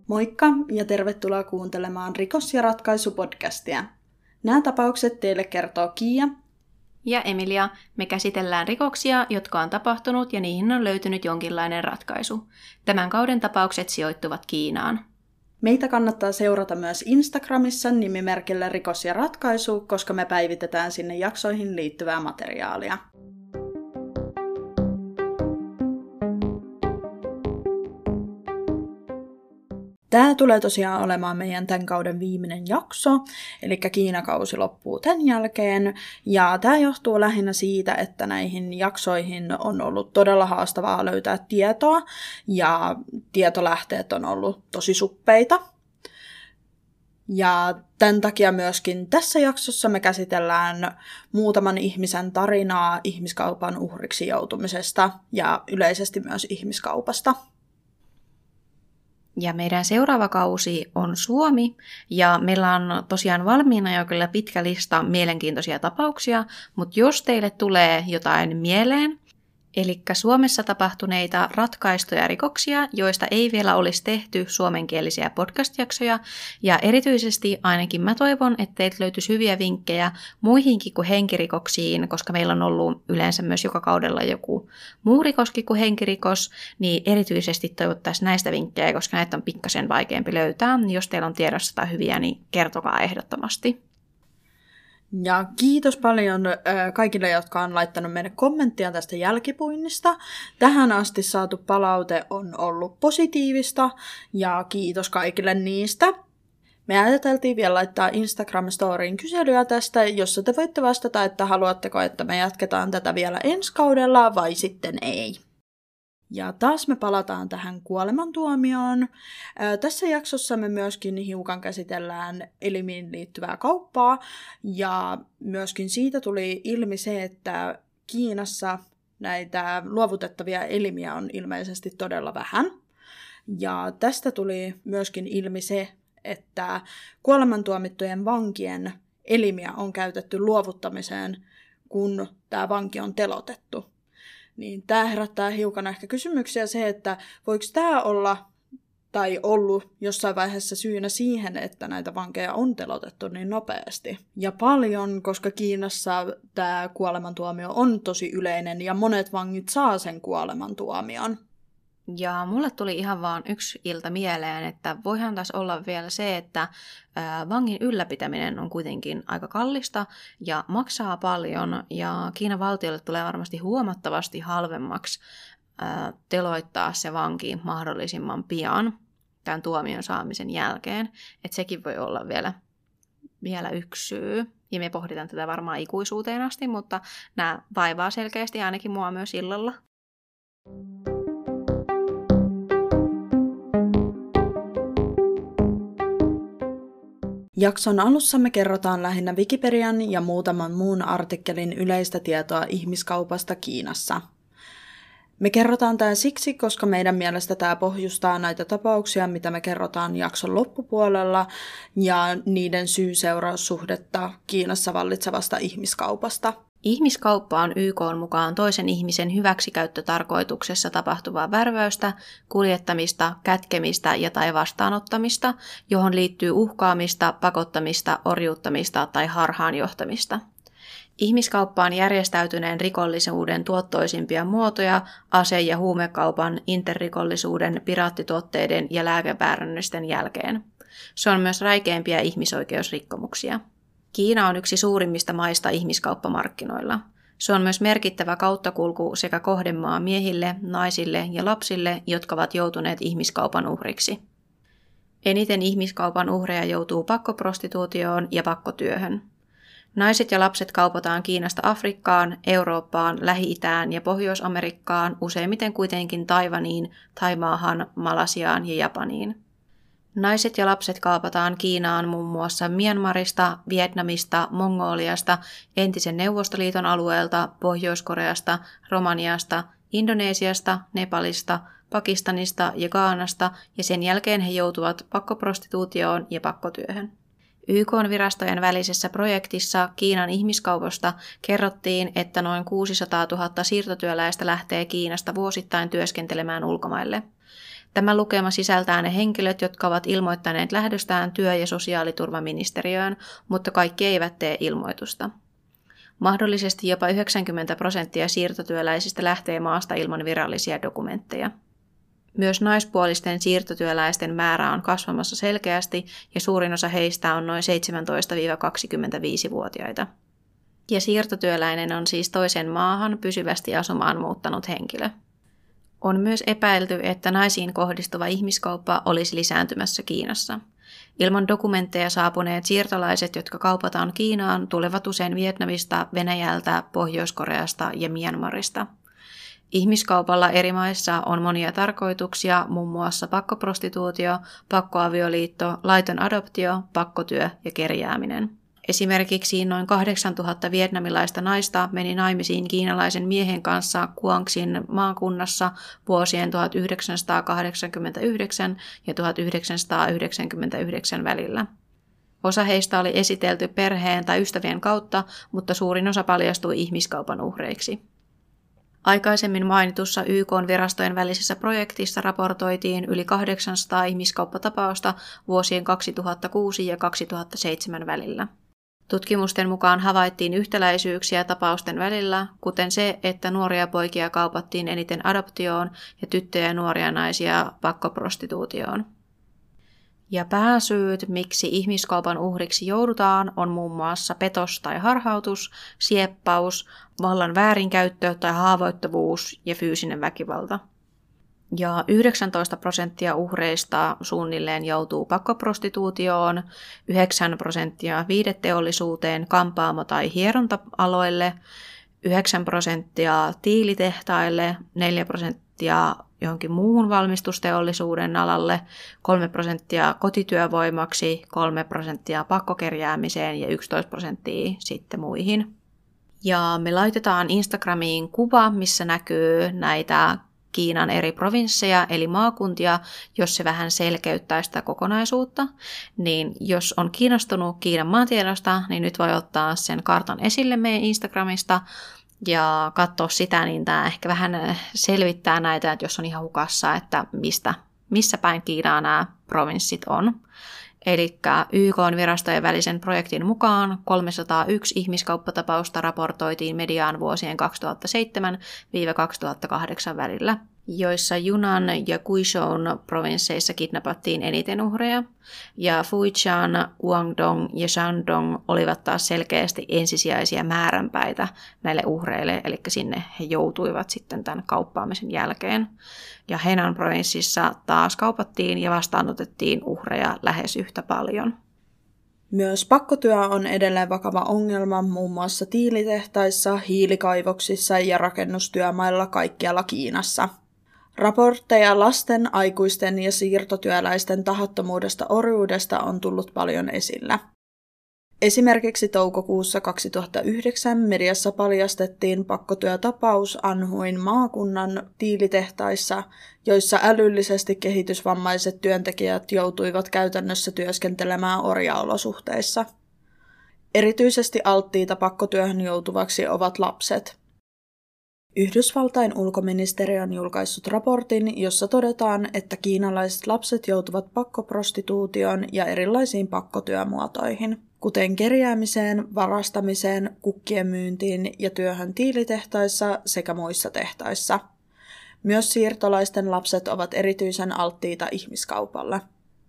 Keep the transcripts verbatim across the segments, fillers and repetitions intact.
Moikka ja tervetuloa kuuntelemaan Rikos- ja ratkaisu-podcastia. Nämä tapaukset teille kertoo Kiia ja Emilia. Me käsitellään rikoksia, jotka on tapahtunut ja niihin on löytynyt jonkinlainen ratkaisu. Tämän kauden tapaukset sijoittuvat Kiinaan. Meitä kannattaa seurata myös Instagramissa nimimerkillä Rikos ja ratkaisu, koska me päivitetään sinne jaksoihin liittyvää materiaalia. Tämä tulee tosiaan olemaan meidän tämän kauden viimeinen jakso, eli Kiinakausi loppuu tämän jälkeen. Ja tämä johtuu lähinnä siitä, että näihin jaksoihin on ollut todella haastavaa löytää tietoa, ja tietolähteet on ollut tosi suppeita. Ja tämän takia myöskin tässä jaksossa me käsitellään muutaman ihmisen tarinaa ihmiskaupan uhriksi joutumisesta ja yleisesti myös ihmiskaupasta. Ja meidän seuraava kausi on Suomi, ja meillä on tosiaan valmiina jo kyllä pitkä lista mielenkiintoisia tapauksia, mutta jos teille tulee jotain mieleen, eli Suomessa tapahtuneita ratkaistuja rikoksia, joista ei vielä olisi tehty suomenkielisiä podcast-jaksoja, ja erityisesti ainakin mä toivon, että teiltä löytyisi hyviä vinkkejä muihinkin kuin henkirikoksiin, koska meillä on ollut yleensä myös joka kaudella joku muu rikoskin kuin henkirikos, niin erityisesti toivottaisiin näistä vinkkejä, koska näitä on pikkasen vaikeampi löytää. Jos teillä on tiedossa tai hyviä, niin kertokaa ehdottomasti. Ja kiitos paljon kaikille, jotka on laittanut meille kommenttia tästä jälkipuinnista. Tähän asti saatu palaute on ollut positiivista ja kiitos kaikille niistä. Me ajateltiin vielä laittaa Instagram-storiin kyselyä tästä, jossa te voitte vastata, että haluatteko, että me jatketaan tätä vielä ensi kaudella vai sitten ei. Ja taas me palataan tähän kuolemantuomioon. Ää, tässä jaksossa me myöskin hiukan käsitellään elimiin liittyvää kauppaa, ja myöskin siitä tuli ilmi se, että Kiinassa näitä luovutettavia elimiä on ilmeisesti todella vähän. Ja tästä tuli myöskin ilmi se, että kuolemantuomittujen vankien elimiä on käytetty luovuttamiseen, kun tämä vanki on telotettu. Niin tämä herättää hiukan ehkä kysymyksiä se, että voiko tämä olla tai ollut jossain vaiheessa syynä siihen, että näitä vankeja on telotettu niin nopeasti. Ja paljon, koska Kiinassa tämä kuolemantuomio on tosi yleinen ja monet vangit saa sen kuolemantuomion. Ja mulle tuli ihan vaan yksi ilta mieleen, että voihan tässä olla vielä se, että vangin ylläpitäminen on kuitenkin aika kallista ja maksaa paljon, ja Kiinan valtiolle tulee varmasti huomattavasti halvemmaksi teloittaa se vanki mahdollisimman pian tämän tuomion saamisen jälkeen. Että sekin voi olla vielä, vielä yksi syy. Ja me pohditaan tätä varmaan ikuisuuteen asti, mutta nämä vaivaa selkeästi ainakin mua myös illalla. Jakson alussa me kerrotaan lähinnä Wikipedian ja muutaman muun artikkelin yleistä tietoa ihmiskaupasta Kiinassa. Me kerrotaan tämä siksi, koska meidän mielestä tämä pohjustaa näitä tapauksia, mitä me kerrotaan jakson loppupuolella, ja niiden syy-seuraussuhdetta Kiinassa vallitsevasta ihmiskaupasta. Ihmiskauppa on Y K:n mukaan toisen ihmisen hyväksikäyttötarkoituksessa tapahtuvaa värväystä, kuljettamista, kätkemistä ja tai vastaanottamista, johon liittyy uhkaamista, pakottamista, orjuuttamista tai harhaanjohtamista. Ihmiskauppa on järjestäytyneen rikollisuuden tuottoisimpia muotoja ase- ja huumekaupan, interrikollisuuden, piraattituotteiden ja lääkeväärännösten jälkeen. Se on myös räikeimpiä ihmisoikeusrikkomuksia. Kiina on yksi suurimmista maista ihmiskauppamarkkinoilla. Se on myös merkittävä kauttakulku sekä kohdemaa miehille, naisille ja lapsille, jotka ovat joutuneet ihmiskaupan uhriksi. Eniten ihmiskaupan uhreja joutuu pakkoprostituutioon ja pakkotyöhön. Naiset ja lapset kaupataan Kiinasta Afrikkaan, Eurooppaan, Lähi-Itään ja Pohjois-Amerikkaan, useimmiten kuitenkin Taiwaniin, Thaimaahan, Malasiaan ja Japaniin. Naiset ja lapset kaupataan Kiinaan muun muassa Myanmarista, Vietnamista, Mongoliasta, entisen Neuvostoliiton alueelta, Pohjois-Koreasta, Romaniasta, Indonesiasta, Nepalista, Pakistanista ja Ghanasta, ja sen jälkeen he joutuvat pakkoprostituutioon ja pakkotyöhön. Y K:n virastojen välisessä projektissa Kiinan ihmiskaupasta kerrottiin, että noin kuusisataatuhatta siirtotyöläistä lähtee Kiinasta vuosittain työskentelemään ulkomaille. Tämä lukema sisältää ne henkilöt, jotka ovat ilmoittaneet lähdöstään työ- ja sosiaaliturvaministeriöön, mutta kaikki eivät tee ilmoitusta. Mahdollisesti jopa yhdeksänkymmentä prosenttia siirtotyöläisistä lähtee maasta ilman virallisia dokumentteja. Myös naispuolisten siirtotyöläisten määrä on kasvamassa selkeästi ja suurin osa heistä on noin seitsemäntoista–kaksikymmentäviisi-vuotiaita. Ja siirtotyöläinen on siis toisen maahan pysyvästi asumaan muuttanut henkilö. On myös epäilty, että naisiin kohdistuva ihmiskauppa olisi lisääntymässä Kiinassa. Ilman dokumentteja saapuneet siirtolaiset, jotka kaupataan Kiinaan, tulevat usein Vietnamista, Venäjältä, Pohjois-Koreasta ja Myanmarista. Ihmiskaupalla eri maissa on monia tarkoituksia, muun muassa pakkoprostituutio, pakkoavioliitto, laiton adoptio, pakkotyö ja kerjääminen. Esimerkiksi noin kahdeksantuhatta vietnamilaista naista meni naimisiin kiinalaisen miehen kanssa Guangxin maakunnassa vuosien tuhatyhdeksänsataakahdeksankymmentäyhdeksän ja tuhatyhdeksänsataayhdeksänkymmentäyhdeksän välillä. Osa heistä oli esitelty perheen tai ystävien kautta, mutta suurin osa paljastui ihmiskaupan uhreiksi. Aikaisemmin mainitussa Y K:n virastojen välisessä projektissa raportoitiin yli kahdeksansataa ihmiskauppatapausta vuosien kaksituhattakuusi ja kaksituhattaseitsemän välillä. Tutkimusten mukaan havaittiin yhtäläisyyksiä tapausten välillä, kuten se, että nuoria poikia kaupattiin eniten adoptioon ja tyttöjä ja nuoria naisia pakkoprostituutioon. Ja pääsyyt, miksi ihmiskaupan uhriksi joudutaan, on muun muassa petos tai harhautus, sieppaus, vallan väärinkäyttö tai haavoittuvuus ja fyysinen väkivalta. Ja yhdeksäntoista prosenttia uhreista suunnilleen joutuu pakkoprostituutioon, yhdeksän prosenttia viihdeteollisuuteen, kampaamo- tai hieronta-aloille, yhdeksän prosenttia tiilitehtaille, neljä prosenttia johonkin muuhun valmistusteollisuuden alalle, kolme prosenttia kotityövoimaksi, kolme prosenttia pakkokerjäämiseen ja yksitoista prosenttia sitten muihin. Ja me laitetaan Instagramiin kuva, missä näkyy näitä Kiinan eri provinsseja, eli maakuntia, jos se vähän selkeyttää sitä kokonaisuutta. Niin jos on kiinnostunut Kiinan maantiedosta, niin nyt voi ottaa sen kartan esille meidän Instagramista ja katsoa sitä, niin tämä ehkä vähän selvittää näitä, että jos on ihan hukassa, että mistä, missä päin Kiinaa nämä provinssit on. Eli Y K:n virastojen välisen projektin mukaan kolmesataayksi ihmiskauppatapausta raportoitiin mediaan vuosien kaksituhattaseitsemän–kaksituhattakahdeksan välillä, joissa Yunnan ja Guizhou provinsseissa kidnappattiin eniten uhreja, ja Fujian, Guangdong ja Shandong olivat taas selkeästi ensisijaisia määränpäitä näille uhreille, eli sinne he joutuivat sitten tämän kauppaamisen jälkeen. Ja Henan provinssissa taas kaupattiin ja vastaanotettiin uhreja lähes yhtä paljon. Myös pakkotyö on edelleen vakava ongelma muun muassa tiilitehtaissa, hiilikaivoksissa ja rakennustyömailla kaikkialla Kiinassa. Raportteja lasten, aikuisten ja siirtotyöläisten tahattomuudesta orjuudesta on tullut paljon esillä. Esimerkiksi toukokuussa kaksituhattayhdeksän mediassa paljastettiin pakkotyötapaus Anhuin maakunnan tiilitehtaissa, joissa älyllisesti kehitysvammaiset työntekijät joutuivat käytännössä työskentelemään orjaolosuhteissa. Erityisesti alttiita pakkotyöhön joutuvaksi ovat lapset. Yhdysvaltain ulkoministeriö on julkaissut raportin, jossa todetaan, että kiinalaiset lapset joutuvat pakkoprostituutioon ja erilaisiin pakkotyömuotoihin, kuten kerjäämiseen, varastamiseen, kukkien myyntiin ja työhön tiilitehtaissa sekä muissa tehtaissa. Myös siirtolaisten lapset ovat erityisen alttiita ihmiskaupalle.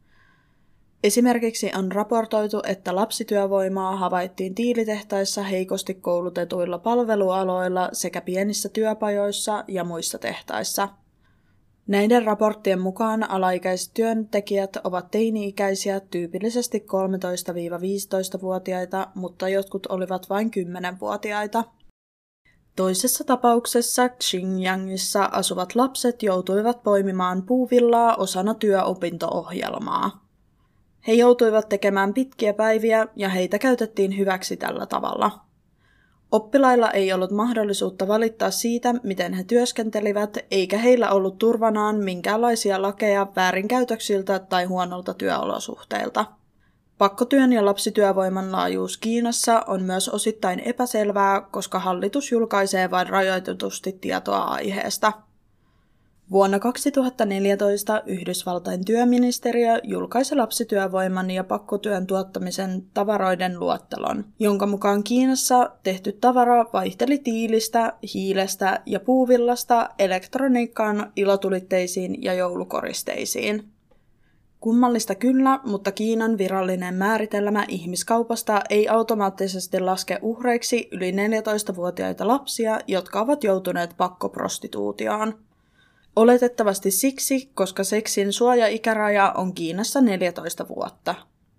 Esimerkiksi on raportoitu, että lapsityövoimaa havaittiin tiilitehtaissa heikosti koulutetuilla palvelualoilla sekä pienissä työpajoissa ja muissa tehtaissa. Näiden raporttien mukaan alaikäiset työntekijät ovat teini-ikäisiä, tyypillisesti kolmetoista–viisitoista-vuotiaita, mutta jotkut olivat vain kymmenvuotiaita. Toisessa tapauksessa Xinjiangissa asuvat lapset joutuivat poimimaan puuvillaa osana työopinto-ohjelmaa. He joutuivat tekemään pitkiä päiviä ja heitä käytettiin hyväksi tällä tavalla. Oppilailla ei ollut mahdollisuutta valittaa siitä, miten he työskentelivät, eikä heillä ollut turvanaan minkäänlaisia lakeja väärinkäytöksiltä tai huonolta työolosuhteilta. Pakkotyön ja lapsityövoiman laajuus Kiinassa on myös osittain epäselvää, koska hallitus julkaisee vain rajoitetusti tietoa aiheesta. Vuonna kaksituhattaneljätoista Yhdysvaltain työministeriö julkaisi lapsityövoiman ja pakkotyön tuottamisen tavaroiden luettelon, jonka mukaan Kiinassa tehty tavara vaihteli tiilistä, hiilestä ja puuvillasta elektroniikkaan, ilotulitteisiin ja joulukoristeisiin. Kummallista kyllä, mutta Kiinan virallinen määritelmä ihmiskaupasta ei automaattisesti laske uhreiksi yli neljätoistavuotiaita lapsia, jotka ovat joutuneet pakkoprostituutioon. Oletettavasti siksi, koska seksin suojaikäraja on Kiinassa neljätoista vuotta.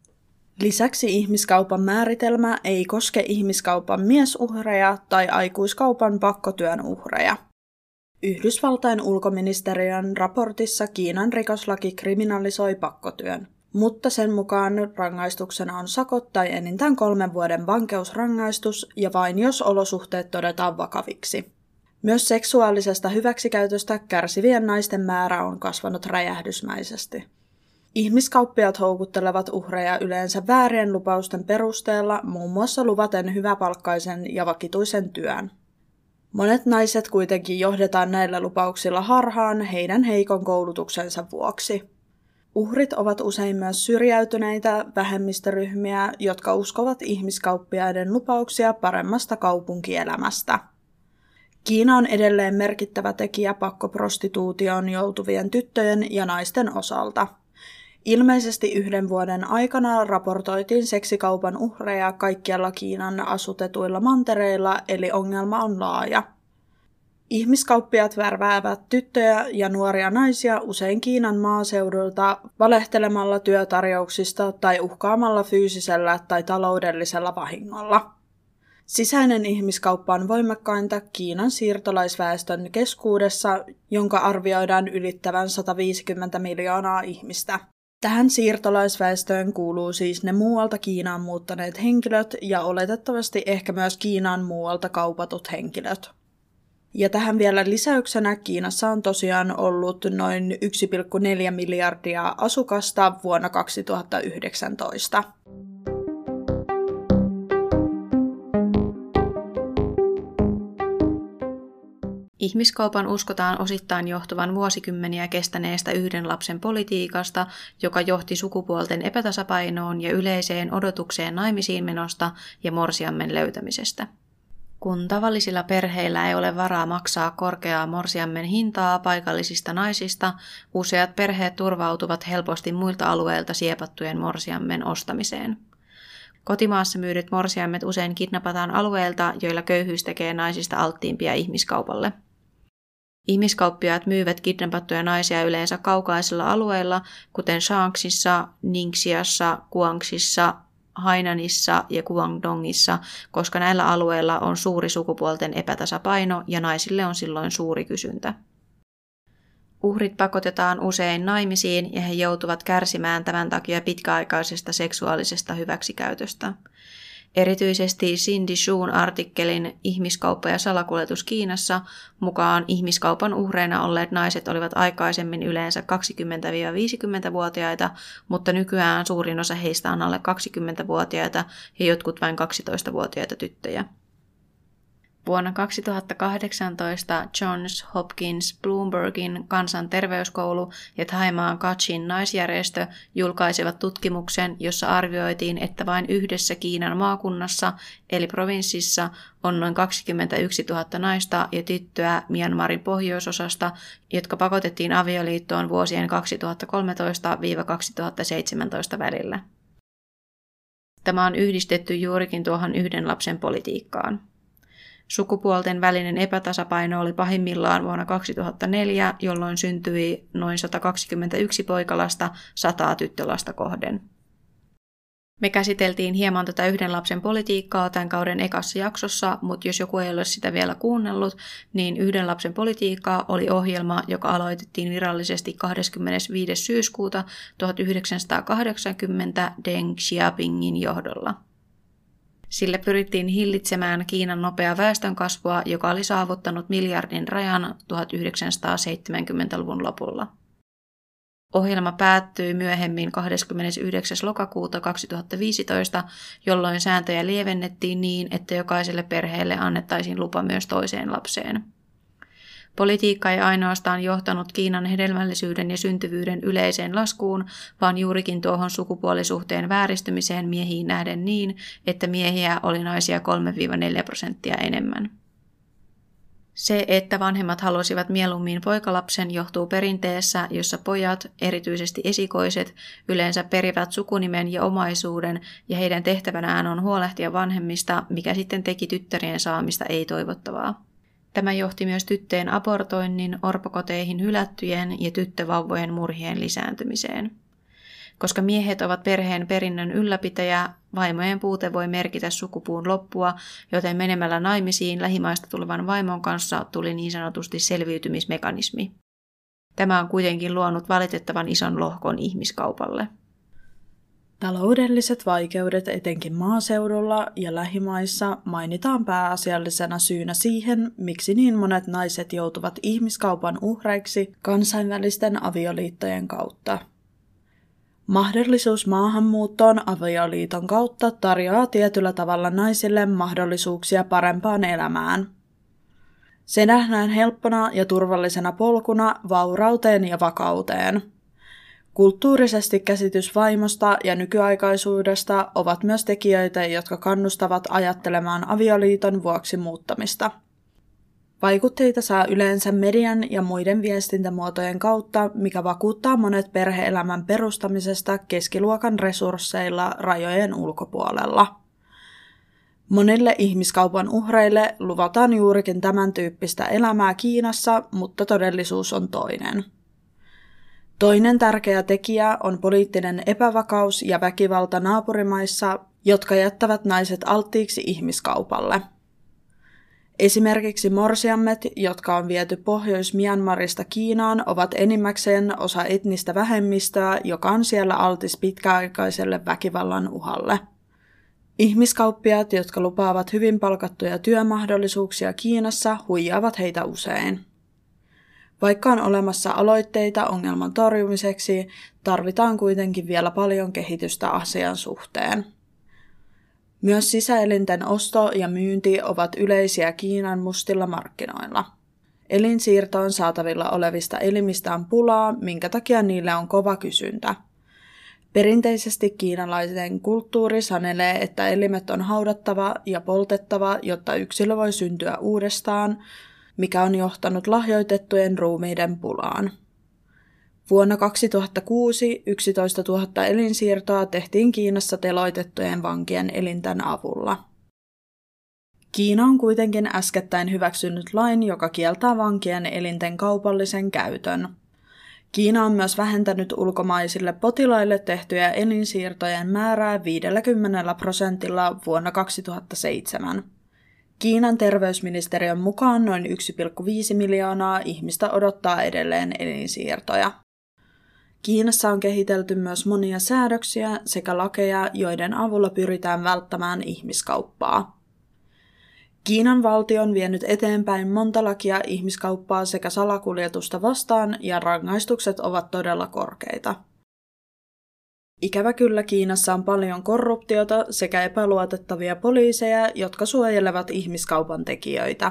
Lisäksi ihmiskaupan määritelmä ei koske ihmiskaupan miesuhreja tai aikuiskaupan pakkotyön uhreja. Yhdysvaltain ulkoministeriön raportissa Kiinan rikoslaki kriminalisoi pakkotyön, mutta sen mukaan rangaistuksena on sakot tai enintään kolmen vuoden vankeusrangaistus ja vain jos olosuhteet todetaan vakaviksi. Myös seksuaalisesta hyväksikäytöstä kärsivien naisten määrä on kasvanut räjähdysmäisesti. Ihmiskauppiaat houkuttelevat uhreja yleensä väärien lupausten perusteella, muun muassa luvaten hyväpalkkaisen ja vakituisen työn. Monet naiset kuitenkin johdetaan näillä lupauksilla harhaan heidän heikon koulutuksensa vuoksi. Uhrit ovat usein myös syrjäytyneitä vähemmistöryhmiä, jotka uskovat ihmiskauppiaiden lupauksia paremmasta kaupunkielämästä. Kiina on edelleen merkittävä tekijä pakkoprostituutioon joutuvien tyttöjen ja naisten osalta. Ilmeisesti yhden vuoden aikana raportoitiin seksikaupan uhreja kaikkialla Kiinan asutetuilla mantereilla, eli ongelma on laaja. Ihmiskauppiaat värväävät tyttöjä ja nuoria naisia usein Kiinan maaseudulta valehtelemalla työtarjouksista tai uhkaamalla fyysisellä tai taloudellisella vahingolla. Sisäinen ihmiskauppa on voimakkainta Kiinan siirtolaisväestön keskuudessa, jonka arvioidaan ylittävän sata viisikymmentä miljoonaa ihmistä. Tähän siirtolaisväestöön kuuluu siis ne muualta Kiinaan muuttaneet henkilöt ja oletettavasti ehkä myös Kiinaan muualta kaupatut henkilöt. Ja tähän vielä lisäyksenä Kiinassa on tosiaan ollut noin yksi pilkku neljä miljardia asukasta vuonna kaksituhattayhdeksäntoista. Ihmiskaupan uskotaan osittain johtuvan vuosikymmeniä kestäneestä yhden lapsen politiikasta, joka johti sukupuolten epätasapainoon ja yleiseen odotukseen naimisiin menosta ja morsiammen löytämisestä. Kun tavallisilla perheillä ei ole varaa maksaa korkeaa morsiammen hintaa paikallisista naisista, useat perheet turvautuvat helposti muilta alueilta siepattujen morsiammen ostamiseen. Kotimaassa myydyt morsiammet usein kidnapataan alueelta, joilla köyhyys tekee naisista alttiimpia ihmiskaupalle. Ihmiskauppiaat myyvät kidnappattuja naisia yleensä kaukaisilla alueilla, kuten Shaanxissa, Ningxiassa, Guangxissa, Hainanissa ja Guangdongissa, koska näillä alueilla on suuri sukupuolten epätasapaino ja naisille on silloin suuri kysyntä. Uhrit pakotetaan usein naimisiin ja he joutuvat kärsimään tämän takia pitkäaikaisesta seksuaalisesta hyväksikäytöstä. Erityisesti Cindy Shun artikkelin Ihmiskauppa ja salakuljetus Kiinassa mukaan ihmiskaupan uhreina olleet naiset olivat aikaisemmin yleensä kaksikymmentä-viisikymmentävuotiaita, mutta nykyään suurin osa heistä on alle kaksikymmentävuotiaita ja jotkut vain kaksitoistavuotiaita tyttöjä. Vuonna kaksituhattakahdeksantoista Johns Hopkins Bloombergin kansanterveyskoulu ja Thaimaan Kachin naisjärjestö julkaisivat tutkimuksen, jossa arvioitiin, että vain yhdessä Kiinan maakunnassa eli provinssissa on noin kaksikymmentäyksituhatta naista ja tyttöä Myanmarin pohjoisosasta, jotka pakotettiin avioliittoon vuosien kaksituhattakolmetoista kaksituhattaseitsemäntoista välillä. Tämä on yhdistetty juurikin tuohon yhden lapsen politiikkaan. Sukupuolten välinen epätasapaino oli pahimmillaan vuonna kaksituhattaneljä, jolloin syntyi noin sata kaksikymmentäyksi poikalasta sataa tyttölasta kohden. Me käsiteltiin hieman tätä yhden lapsen politiikkaa tämän kauden ekassa jaksossa, mutta jos joku ei ole sitä vielä kuunnellut, niin yhden lapsen politiikkaa oli ohjelma, joka aloitettiin virallisesti kahdeskymmenesviides syyskuuta tuhatyhdeksänsataakahdeksankymmentä Deng Xiaopingin johdolla. Sillä pyrittiin hillitsemään Kiinan nopeaa väestönkasvua, joka oli saavuttanut miljardin rajan tuhatyhdeksänsataaseitsemänkymmentäluvun lopulla. Ohjelma päättyi myöhemmin kahdeskymmenesyhdeksäs lokakuuta kaksituhattaviisitoista, jolloin sääntöjä lievennettiin niin, että jokaiselle perheelle annettaisiin lupa myös toiseen lapseen. Politiikka ei ainoastaan johtanut Kiinan hedelmällisyyden ja syntyvyyden yleiseen laskuun, vaan juurikin tuohon sukupuolisuhteen vääristymiseen miehiin nähden niin, että miehiä oli naisia kolme neljä prosenttia enemmän. Se, että vanhemmat halusivat mieluummin poikalapsen, johtuu perinteessä, jossa pojat, erityisesti esikoiset, yleensä perivät sukunimen ja omaisuuden, ja heidän tehtävänään on huolehtia vanhemmista, mikä sitten teki tyttärien saamista ei-toivottavaa. Tämä johti myös tyttöjen abortoinnin, orpokoteihin hylättyjen ja tyttövauvojen murhien lisääntymiseen. Koska miehet ovat perheen perinnön ylläpitäjä, vaimojen puute voi merkitä sukupuun loppua, joten menemällä naimisiin lähimaista tulevan vaimon kanssa tuli niin sanotusti selviytymismekanismi. Tämä on kuitenkin luonut valitettavan ison lohkon ihmiskaupalle. Taloudelliset vaikeudet etenkin maaseudulla ja lähimaissa mainitaan pääasiallisena syynä siihen, miksi niin monet naiset joutuvat ihmiskaupan uhreiksi kansainvälisten avioliittojen kautta. Mahdollisuus maahanmuuttoon avioliiton kautta tarjoaa tietyllä tavalla naisille mahdollisuuksia parempaan elämään. Se nähdään helppona ja turvallisena polkuna vaurauteen ja vakauteen. Kulttuurisesti käsitys vaimosta ja nykyaikaisuudesta ovat myös tekijöitä, jotka kannustavat ajattelemaan avioliiton vuoksi muuttamista. Vaikutteita saa yleensä median ja muiden viestintämuotojen kautta, mikä vakuuttaa monet perhe-elämän perustamisesta keskiluokan resursseilla rajojen ulkopuolella. Monille ihmiskaupan uhreille luvataan juurikin tämän tyyppistä elämää Kiinassa, mutta todellisuus on toinen. Toinen tärkeä tekijä on poliittinen epävakaus ja väkivalta naapurimaissa, jotka jättävät naiset alttiiksi ihmiskaupalle. Esimerkiksi morsiammet, jotka on viety Pohjois-Myanmarista Kiinaan, ovat enimmäkseen osa etnistä vähemmistöä, joka on siellä altis pitkäaikaiselle väkivallan uhalle. Ihmiskauppiaat, jotka lupaavat hyvin palkattuja työmahdollisuuksia Kiinassa, huijaavat heitä usein. Vaikka on olemassa aloitteita ongelman torjumiseksi, tarvitaan kuitenkin vielä paljon kehitystä asian suhteen. Myös sisäelinten osto ja myynti ovat yleisiä Kiinan mustilla markkinoilla. Elinsiirtoon saatavilla olevista elimistä on pulaa, minkä takia niille on kova kysyntä. Perinteisesti kiinalaisen kulttuuri sanelee, että elimet on haudattava ja poltettava, jotta yksilö voi syntyä uudestaan, mikä on johtanut lahjoitettujen ruumiiden pulaan. Vuonna kaksituhattakuusi yksitoistatuhatta elinsiirtoa tehtiin Kiinassa teloitettujen vankien elinten avulla. Kiina on kuitenkin äskettäin hyväksynyt lain, joka kieltää vankien elinten kaupallisen käytön. Kiina on myös vähentänyt ulkomaisille potilaille tehtyjä elinsiirtojen määrää viidelläkymmenellä prosentilla vuonna kaksituhattaseitsemän. Kiinan terveysministeriön mukaan noin yksi pilkku viisi miljoonaa ihmistä odottaa edelleen elinsiirtoja. Kiinassa on kehitelty myös monia säädöksiä sekä lakeja, joiden avulla pyritään välttämään ihmiskauppaa. Kiinan valtio on vienyt eteenpäin monta lakia ihmiskauppaa sekä salakuljetusta vastaan ja rangaistukset ovat todella korkeita. Ikävä kyllä Kiinassa on paljon korruptiota sekä epäluotettavia poliiseja, jotka suojelevat ihmiskaupan tekijöitä.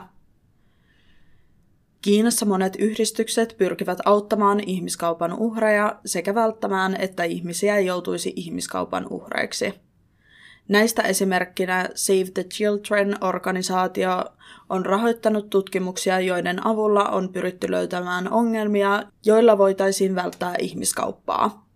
Kiinassa monet yhdistykset pyrkivät auttamaan ihmiskaupan uhreja sekä välttämään, että ihmisiä ei joutuisi ihmiskaupan uhreiksi. Näistä esimerkkinä Save the Children-organisaatio on rahoittanut tutkimuksia, joiden avulla on pyritty löytämään ongelmia, joilla voitaisiin välttää ihmiskauppaa.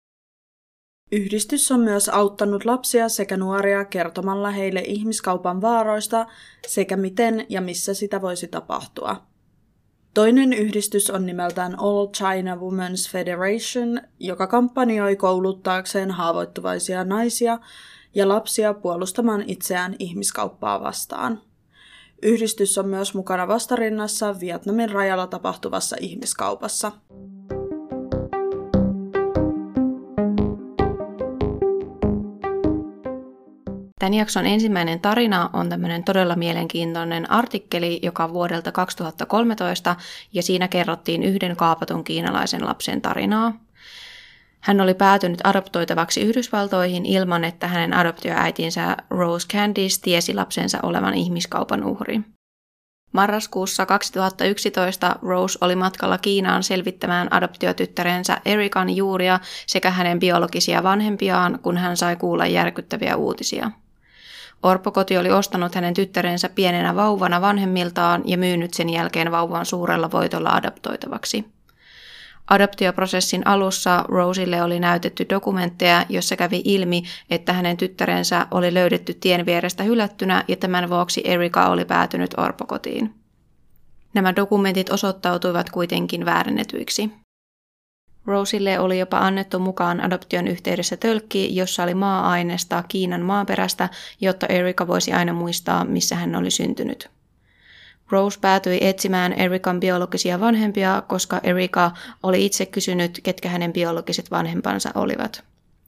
Yhdistys on myös auttanut lapsia sekä nuoria kertomalla heille ihmiskaupan vaaroista sekä miten ja missä sitä voisi tapahtua. Toinen yhdistys on nimeltään All China Women's Federation, joka kampanjoi kouluttaakseen haavoittuvaisia naisia ja lapsia puolustamaan itseään ihmiskauppaa vastaan. Yhdistys on myös mukana vastarinnassa Vietnamin rajalla tapahtuvassa ihmiskaupassa. Tämän jakson ensimmäinen tarina on tämmöinen todella mielenkiintoinen artikkeli, joka on vuodelta kaksituhattakolmetoista, ja siinä kerrottiin yhden kaapatun kiinalaisen lapsen tarinaa. Hän oli päätynyt adoptoitavaksi Yhdysvaltoihin ilman, että hänen adoptioäitinsä Rose Candice tiesi lapsensa olevan ihmiskaupan uhri. Marraskuussa kaksituhattayksitoista Rose oli matkalla Kiinaan selvittämään adoptiotyttärensä Erican juuria sekä hänen biologisia vanhempiaan, kun hän sai kuulla järkyttäviä uutisia. Orpokoti oli ostanut hänen tyttärensä pienenä vauvana vanhemmiltaan ja myynyt sen jälkeen vauvan suurella voitolla adoptoitavaksi. Adoptioprosessin alussa Roselle oli näytetty dokumentteja, jossa kävi ilmi, että hänen tyttärensä oli löydetty tien vierestä hylättynä ja tämän vuoksi Erica oli päätynyt orpokotiin. Nämä dokumentit osoittautuivat kuitenkin väärennetyiksi. Roselle oli jopa annettu mukaan adoption yhteydessä tölkki, jossa oli maa-ainesta Kiinan maaperästä, jotta Erica voisi aina muistaa, missä hän oli syntynyt. Rose päätyi etsimään Erican biologisia vanhempia, koska Erica oli itse kysynyt, ketkä hänen biologiset vanhempansa olivat.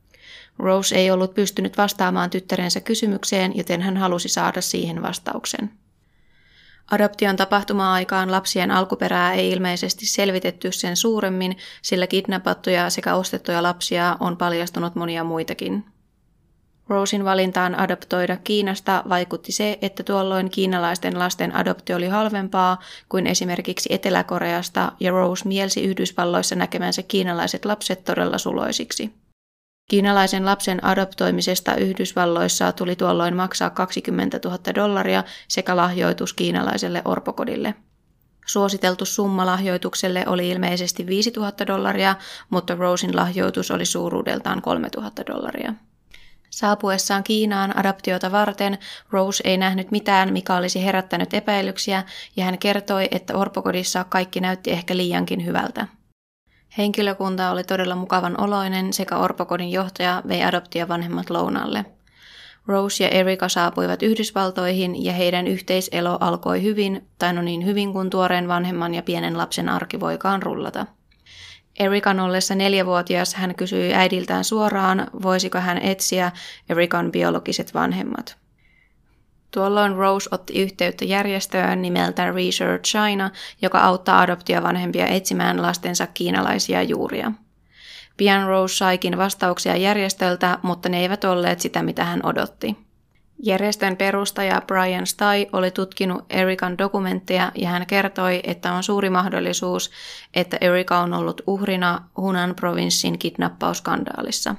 Rose ei ollut pystynyt vastaamaan tyttärensä kysymykseen, joten hän halusi saada siihen vastauksen. Adoption tapahtuma-aikaan lapsien alkuperää ei ilmeisesti selvitetty sen suuremmin, sillä kidnappattuja sekä ostettuja lapsia on paljastunut monia muitakin. Rosen valintaan adoptoida Kiinasta vaikutti se, että tuolloin kiinalaisten lasten adoptio oli halvempaa kuin esimerkiksi Etelä-Koreasta, ja Rose mielsi Yhdysvalloissa näkemänsä kiinalaiset lapset todella suloisiksi. Kiinalaisen lapsen adoptoimisesta Yhdysvalloissa tuli tuolloin maksaa kaksikymmentätuhatta dollaria sekä lahjoitus kiinalaiselle orpokodille. Suositeltu summa lahjoitukselle oli ilmeisesti viisituhatta dollaria, mutta Rosen lahjoitus oli suuruudeltaan kolmetuhatta dollaria. Saapuessaan Kiinaan adoptiota varten Rose ei nähnyt mitään, mikä olisi herättänyt epäilyksiä, ja hän kertoi, että orpokodissa kaikki näytti ehkä liiankin hyvältä. Henkilökunta oli todella mukavan oloinen sekä orpokodin johtaja vei adoptiovanhemmat lounaalle. Rose ja Erica saapuivat Yhdysvaltoihin ja heidän yhteiselo alkoi hyvin, tai no niin hyvin kuin tuoreen vanhemman ja pienen lapsen arki voikaan rullata. Erican ollessa neljävuotias hän kysyi äidiltään suoraan, voisiko hän etsiä Erican biologiset vanhemmat. Tuolloin Rose otti yhteyttä järjestöön nimeltä Research China, joka auttaa adoptiovanhempia etsimään lastensa kiinalaisia juuria. Pian Rose saikin vastauksia järjestöltä, mutta ne eivät olleet sitä, mitä hän odotti. Järjestön perustaja Brian Stye oli tutkinut Erican dokumentteja ja hän kertoi, että on suuri mahdollisuus, että Erica on ollut uhrina Hunan provinssin kidnappauskandaalissa.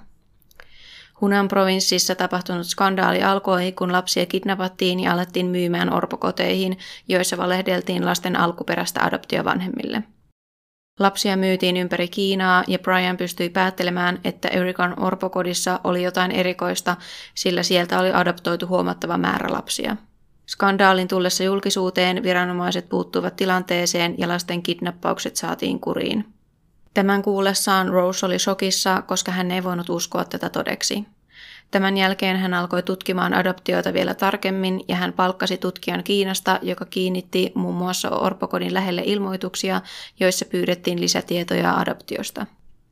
Hunan provinssissa tapahtunut skandaali alkoi, kun lapsia kidnappattiin ja alettiin myymään orpokoteihin, joissa valehdeltiin lasten alkuperäistä adoptiovanhemmille. Lapsia myytiin ympäri Kiinaa ja Brian pystyi päättelemään, että Erican orpokodissa oli jotain erikoista, sillä sieltä oli adoptoitu huomattava määrä lapsia. Skandaalin tullessa julkisuuteen viranomaiset puuttuivat tilanteeseen ja lasten kidnappaukset saatiin kuriin. Tämän kuullessaan Rose oli shokissa, koska hän ei voinut uskoa tätä todeksi. Tämän jälkeen hän alkoi tutkimaan adoptioita vielä tarkemmin ja hän palkkasi tutkijan Kiinasta, joka kiinnitti muun muassa orpokodin lähelle ilmoituksia, joissa pyydettiin lisätietoja adoptiosta.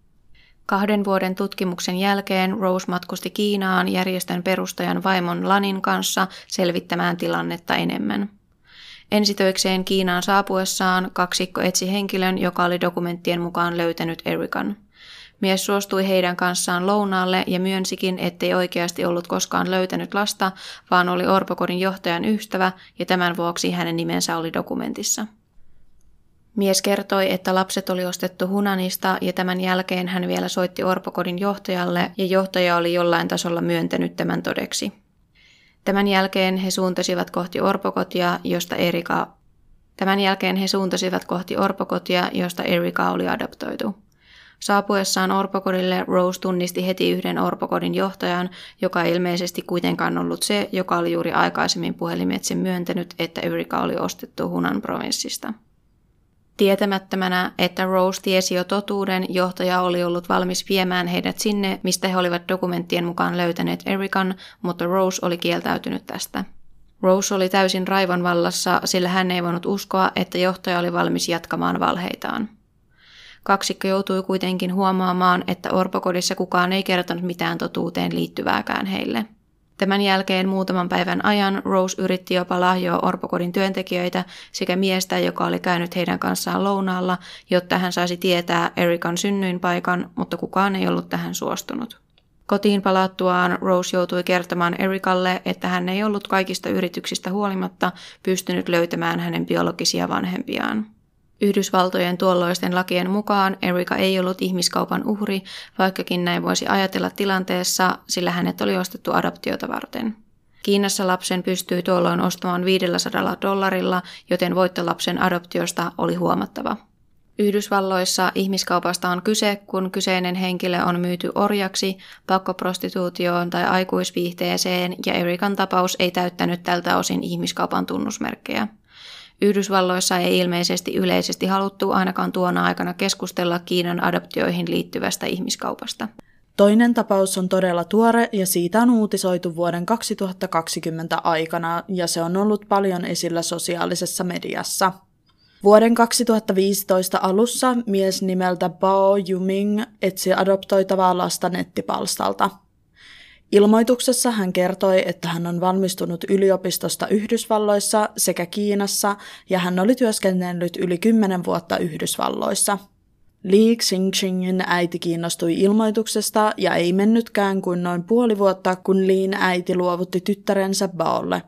Kahden vuoden tutkimuksen jälkeen Rose matkusti Kiinaan järjestön perustajan vaimon Lanin kanssa selvittämään tilannetta enemmän. Ensitöikseen Kiinaan saapuessaan kaksikko etsi henkilön, joka oli dokumenttien mukaan löytänyt Erican. Mies suostui heidän kanssaan lounaalle ja myönsikin, ettei oikeasti ollut koskaan löytänyt lasta, vaan oli orpokodin johtajan ystävä ja tämän vuoksi hänen nimensä oli dokumentissa. Mies kertoi, että lapset oli ostettu Hunanista ja tämän jälkeen hän vielä soitti orpokodin johtajalle ja johtaja oli jollain tasolla myöntänyt tämän todeksi. Tämän jälkeen he suuntasivat kohti orpokotia, josta Erica Tämän jälkeen he suuntasivat kohti orpokotia, josta Erica oli adoptoitu. Saapuessaan orpokodille Rose tunnisti heti yhden orpokodin johtajan, joka ei ilmeisesti kuitenkaan ollut se, joka oli juuri aikaisemmin puhelimitse myöntänyt, että Erica oli ostettu Hunan provinssista. Tietämättömänä, että Rose tiesi jo totuuden, johtaja oli ollut valmis viemään heidät sinne, mistä he olivat dokumenttien mukaan löytäneet Erican, mutta Rose oli kieltäytynyt tästä. Rose oli täysin raivon vallassa, sillä hän ei voinut uskoa, että johtaja oli valmis jatkamaan valheitaan. Kaksikko joutui kuitenkin huomaamaan, että orpokodissa kukaan ei kertonut mitään totuuteen liittyvääkään heille. Tämän jälkeen muutaman päivän ajan Rose yritti jopa lahjoa orpokodin työntekijöitä sekä miestä, joka oli käynyt heidän kanssaan lounaalla, jotta hän saisi tietää Erican synnyinpaikan, mutta kukaan ei ollut tähän suostunut. Kotiin palattuaan Rose joutui kertomaan Ericalle, että hän ei ollut kaikista yrityksistä huolimatta pystynyt löytämään hänen biologisia vanhempiaan. Yhdysvaltojen tuolloisten lakien mukaan Erica ei ollut ihmiskaupan uhri, vaikkakin näin voisi ajatella tilanteessa, sillä hänet oli ostettu adoptiota varten. Kiinassa lapsen pystyi tuolloin ostamaan viisisataa dollarilla, joten voitto lapsen adoptiosta oli huomattava. Yhdysvalloissa ihmiskaupasta on kyse, kun kyseinen henkilö on myyty orjaksi, pakkoprostituutioon tai aikuisviihteeseen, ja Erican tapaus ei täyttänyt tältä osin ihmiskaupan tunnusmerkkejä. Yhdysvalloissa ei ilmeisesti yleisesti haluttu ainakaan tuona aikana keskustella Kiinan adoptioihin liittyvästä ihmiskaupasta. Toinen tapaus on todella tuore ja siitä on uutisoitu vuoden kaksituhattakaksikymmentä aikana ja se on ollut paljon esillä sosiaalisessa mediassa. Vuoden kaksituhattaviisitoista alussa mies nimeltä Bao Yuming etsi adoptoitavaa lasta nettipalstalta. Ilmoituksessa hän kertoi, että hän on valmistunut yliopistosta Yhdysvalloissa sekä Kiinassa ja hän oli työskennellyt yli kymmenen vuotta Yhdysvalloissa. Li Xingqingin äiti kiinnostui ilmoituksesta ja ei mennytkään kuin noin puoli vuotta, kun Liin äiti luovutti tyttärensä Baolle.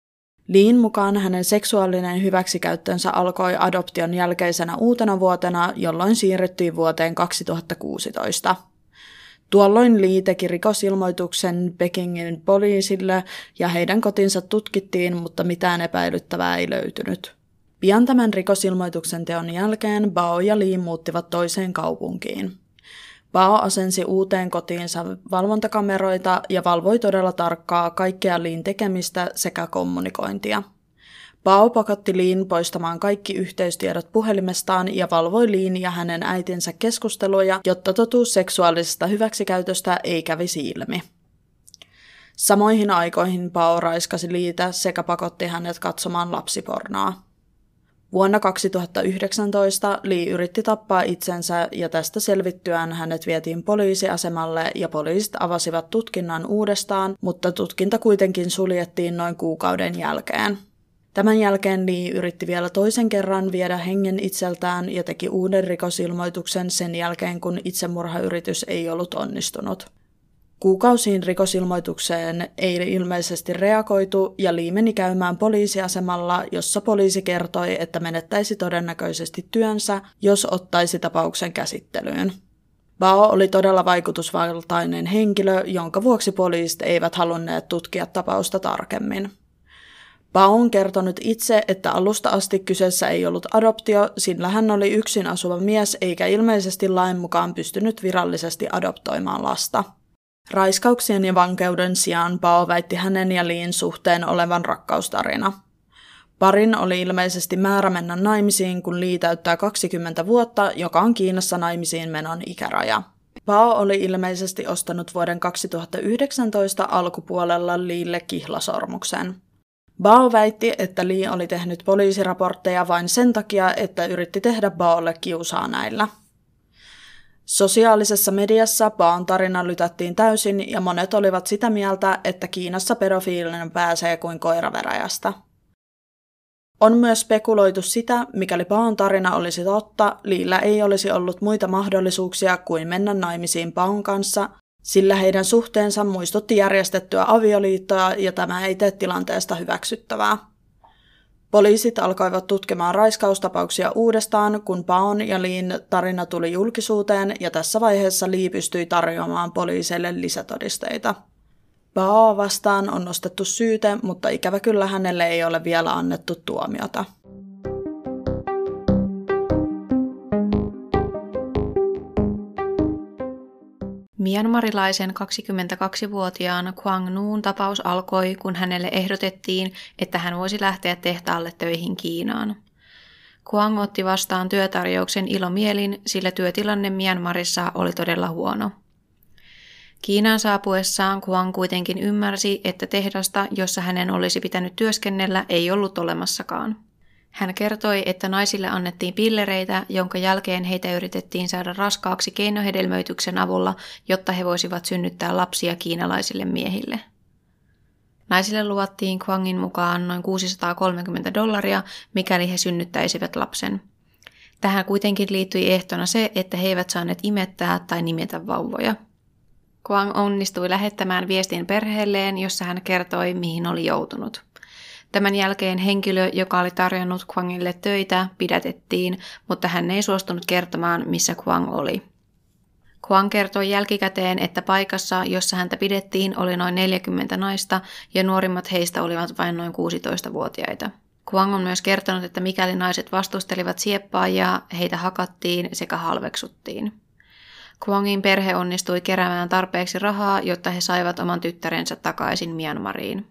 Liin mukaan hänen seksuaalinen hyväksikäyttönsä alkoi adoption jälkeisenä uutena vuotena, jolloin siirryttiin vuoteen kaksituhattakuusitoista. Tuolloin Li teki rikosilmoituksen Pekingin poliisille ja heidän kotinsa tutkittiin, mutta mitään epäilyttävää ei löytynyt. Pian tämän rikosilmoituksen teon jälkeen Bao ja Li muuttivat toiseen kaupunkiin. Bao asensi uuteen kotiinsa valvontakameroita ja valvoi todella tarkkaa kaikkea Liin tekemistä sekä kommunikointia. Bao pakotti Liin poistamaan kaikki yhteystiedot puhelimestaan ja valvoi Liin ja hänen äitinsä keskusteluja, jotta totuus seksuaalisesta hyväksikäytöstä ei kävisi ilmi. Samoihin aikoihin Bao raiskasi Liitä sekä pakotti hänet katsomaan lapsipornoa. Vuonna kaksituhattayhdeksäntoista Li yritti tappaa itsensä ja tästä selvittyään hänet vietiin poliisiasemalle ja poliisit avasivat tutkinnan uudestaan, mutta tutkinta kuitenkin suljettiin noin kuukauden jälkeen. Tämän jälkeen Li yritti vielä toisen kerran viedä hengen itseltään ja teki uuden rikosilmoituksen sen jälkeen, kun itsemurhayritys ei ollut onnistunut. Kuukausiin rikosilmoitukseen ei ilmeisesti reagoitu ja Li meni käymään poliisiasemalla, jossa poliisi kertoi, että menettäisi todennäköisesti työnsä, jos ottaisi tapauksen käsittelyyn. Bao oli todella vaikutusvaltainen henkilö, jonka vuoksi poliisit eivät halunneet tutkia tapausta tarkemmin. Bao on kertonut itse, että alusta asti kyseessä ei ollut adoptio, sillä hän oli yksin asuva mies eikä ilmeisesti lain mukaan pystynyt virallisesti adoptoimaan lasta. Raiskauksien ja vankeuden sijaan Bao väitti hänen ja Liin suhteen olevan rakkaustarina. Parin oli ilmeisesti määrä mennä naimisiin, kun Li täyttää kaksikymmentä vuotta, joka on Kiinassa naimisiin menon ikäraja. Bao oli ilmeisesti ostanut vuoden kaksituhattayhdeksäntoista alkupuolella Lille kihlasormuksen. Bao väitti, että Li oli tehnyt poliisiraportteja vain sen takia, että yritti tehdä Baolle kiusaa näillä. Sosiaalisessa mediassa Baon tarina lytättiin täysin ja monet olivat sitä mieltä, että Kiinassa pedofiilinen pääsee kuin koira veräjästä. On myös spekuloitu sitä, mikäli Baon tarina olisi totta, Lillä ei olisi ollut muita mahdollisuuksia kuin mennä naimisiin Baon kanssa, sillä heidän suhteensa muistutti järjestettyä avioliittoa ja tämä ei tee tilanteesta hyväksyttävää. Poliisit alkoivat tutkimaan raiskaustapauksia uudestaan, kun Baon ja Liin tarina tuli julkisuuteen ja tässä vaiheessa Li pystyi tarjoamaan poliiseille lisätodisteita. Bao vastaan on nostettu syyte, mutta ikävä kyllä hänelle ei ole vielä annettu tuomiota. Myanmarilaisen kaksikymmentäkaksivuotiaan Quang Nguyen tapaus alkoi, kun hänelle ehdotettiin, että hän voisi lähteä tehtaalle töihin Kiinaan. Quang otti vastaan työtarjouksen ilomielin, sillä työtilanne Myanmarissa oli todella huono. Kiinaan saapuessaan Quang kuitenkin ymmärsi, että tehdasta, jossa hänen olisi pitänyt työskennellä, ei ollut olemassakaan. Hän kertoi, että naisille annettiin pillereitä, jonka jälkeen heitä yritettiin saada raskaaksi keinohedelmöityksen avulla, jotta he voisivat synnyttää lapsia kiinalaisille miehille. Naisille luvattiin Quangin mukaan noin kuusisataakolmekymmentä dollaria, mikäli he synnyttäisivät lapsen. Tähän kuitenkin liittyi ehtona se, että he eivät saaneet imettää tai nimetä vauvoja. Quang onnistui lähettämään viestin perheelleen, jossa hän kertoi, mihin oli joutunut. Tämän jälkeen henkilö, joka oli tarjonnut Quangille töitä, pidätettiin, mutta hän ei suostunut kertomaan, missä Quang oli. Quang kertoi jälkikäteen, että paikassa, jossa häntä pidettiin, oli noin neljäkymmentä naista ja nuorimmat heistä olivat vain noin kuusitoistavuotiaita. Quang on myös kertonut, että mikäli naiset vastustelivat sieppaajia, heitä hakattiin sekä halveksuttiin. Quangin perhe onnistui keräämään tarpeeksi rahaa, jotta he saivat oman tyttärensä takaisin Myanmariin.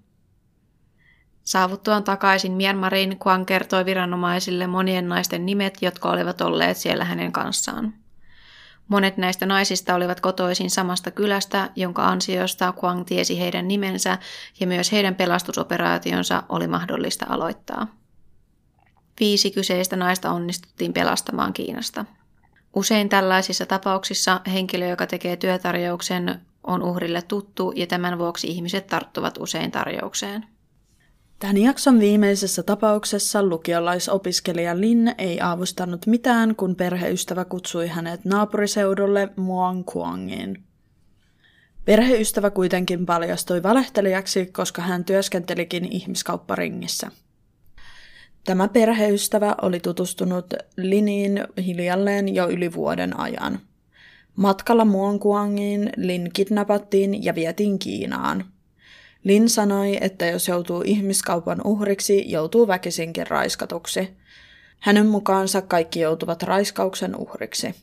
Saavuttuaan takaisin Myanmariin, Quang kertoi viranomaisille monien naisten nimet, jotka olivat olleet siellä hänen kanssaan. Monet näistä naisista olivat kotoisin samasta kylästä, jonka ansiosta Quang tiesi heidän nimensä ja myös heidän pelastusoperaationsa oli mahdollista aloittaa. Viisi kyseistä naista onnistuttiin pelastamaan Kiinasta. Usein tällaisissa tapauksissa henkilö, joka tekee työtarjouksen, on uhrille tuttu ja tämän vuoksi ihmiset tarttuvat usein tarjoukseen. Tämän jakson viimeisessä tapauksessa lukiolaisopiskelija Lin ei aavistanut mitään, kun perheystävä kutsui hänet naapuriseudulle Muang Quangiin. Perheystävä kuitenkin paljastui valehtelijaksi, koska hän työskentelikin ihmiskaupparingissä. Tämä perheystävä oli tutustunut Liniin hiljalleen jo yli vuoden ajan. Matkalla Muang Quangiin Lin kidnappattiin ja vietiin Kiinaan. Lin sanoi, että jos joutuu ihmiskaupan uhriksi, joutuu väkisinkin raiskatuksi. Hänen mukaansa kaikki joutuvat raiskauksen uhriksi.